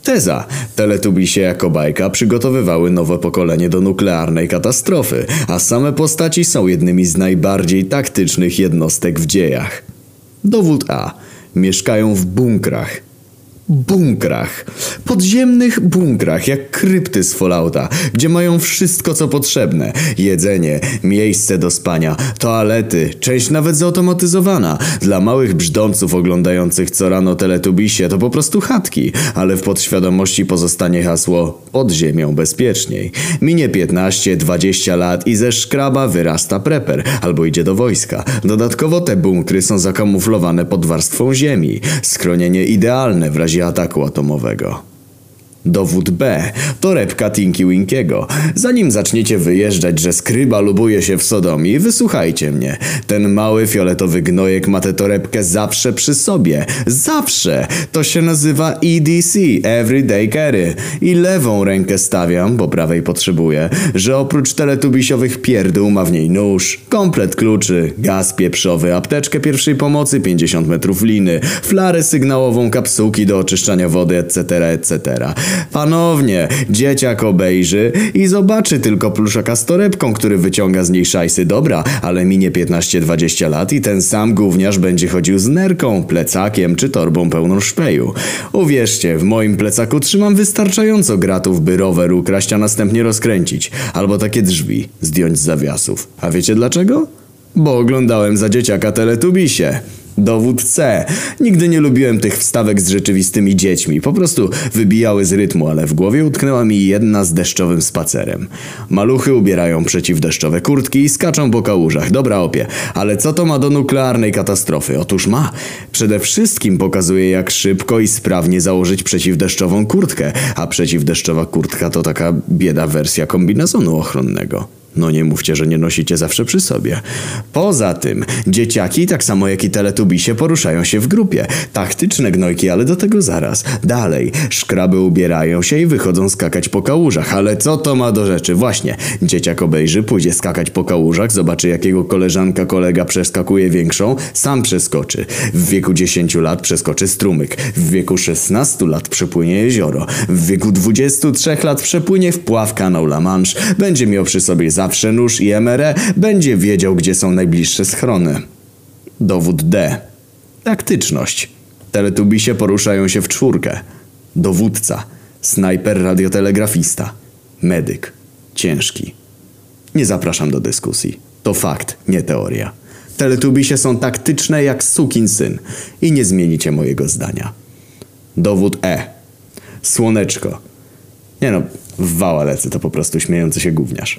Teza. Teletubisie jako bajka przygotowywały nowe pokolenie do nuklearnej katastrofy, a same postaci są jednymi z najbardziej taktycznych jednostek w dziejach. Dowód A. Mieszkają w bunkrach. Bunkrach. Podziemnych bunkrach, jak krypty z Fallouta, gdzie mają wszystko co potrzebne. Jedzenie, miejsce do spania, toalety, część nawet zautomatyzowana. Dla małych brzdąców oglądających co rano Teletubisie to po prostu chatki, ale w podświadomości pozostanie hasło pod ziemią bezpieczniej. Minie 15-20 lat i ze szkraba wyrasta preper albo idzie do wojska. Dodatkowo te bunkry są zakamuflowane pod warstwą ziemi. Schronienie idealne w razie ataku atomowego. Dowód B. Torebka Tinky Winkiego. Zanim zaczniecie wyjeżdżać, że skryba lubuje się w sodomii, wysłuchajcie mnie. Ten mały fioletowy gnojek ma tę torebkę zawsze przy sobie. Zawsze! To się nazywa EDC, Everyday Carry. I lewą rękę stawiam, bo prawej potrzebuję, że oprócz teletubisiowych pierdół ma w niej nóż, komplet kluczy, gaz pieprzowy, apteczkę pierwszej pomocy, 50 metrów liny, flarę sygnałową, kapsułki do oczyszczania wody, etc., etc. Panownie, dzieciak obejrzy i zobaczy tylko pluszaka z torebką, który wyciąga z niej szajsy. Dobra, ale minie 15-20 lat i ten sam gówniarz będzie chodził z nerką, plecakiem czy torbą pełną szpeju. Uwierzcie, w moim plecaku trzymam wystarczająco gratów, by rower ukraść, a następnie rozkręcić. Albo takie drzwi zdjąć z zawiasów. A wiecie dlaczego? Bo oglądałem za dzieciaka Teletubisie. Dowód C. Nigdy nie lubiłem tych wstawek z rzeczywistymi dziećmi. Po prostu wybijały z rytmu, ale w głowie utknęła mi jedna z deszczowym spacerem. Maluchy ubierają przeciwdeszczowe kurtki i skaczą po kałużach. Dobra opie, ale co to ma do nuklearnej katastrofy? Otóż ma. Przede wszystkim pokazuje, jak szybko i sprawnie założyć przeciwdeszczową kurtkę. A przeciwdeszczowa kurtka to taka bieda wersja kombinezonu ochronnego. No nie mówcie, że nie nosicie zawsze przy sobie. Poza tym, dzieciaki, tak samo jak i Teletubisie, poruszają się w grupie. Taktyczne gnojki, ale do tego zaraz. Dalej, szkraby ubierają się i wychodzą skakać po kałużach. Ale co to ma do rzeczy? Właśnie, dzieciak obejrzy, pójdzie skakać po kałużach, zobaczy jakiego kolega przeskakuje większą, sam przeskoczy. W wieku 10 lat przeskoczy strumyk. W wieku 16 lat przepłynie jezioro. W wieku 23 lat przepłynie wpław kanał La Manche. Będzie miał przy sobie zawsze nóż i MRE, będzie wiedział, gdzie są najbliższe schrony. Dowód D. Taktyczność. Teletubisie poruszają się w czwórkę. Dowódca. Snajper radiotelegrafista. Medyk. Ciężki. Nie zapraszam do dyskusji. To fakt, nie teoria. Teletubisie są taktyczne jak sukinsyn. I nie zmienicie mojego zdania. Dowód E. Słoneczko. Nie no, w wała lecę, to po prostu śmiejący się gówniarz.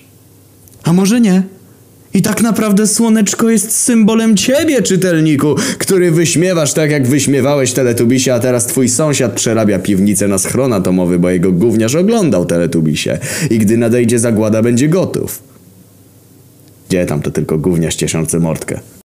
A może nie? I tak naprawdę słoneczko jest symbolem ciebie, czytelniku, który wyśmiewasz tak jak wyśmiewałeś Teletubisie, a teraz twój sąsiad przerabia piwnicę na schron atomowy, bo jego gówniarz oglądał Teletubisie. I gdy nadejdzie zagłada, będzie gotów. Gdzie tam, to tylko gówniarz cieszący mordkę.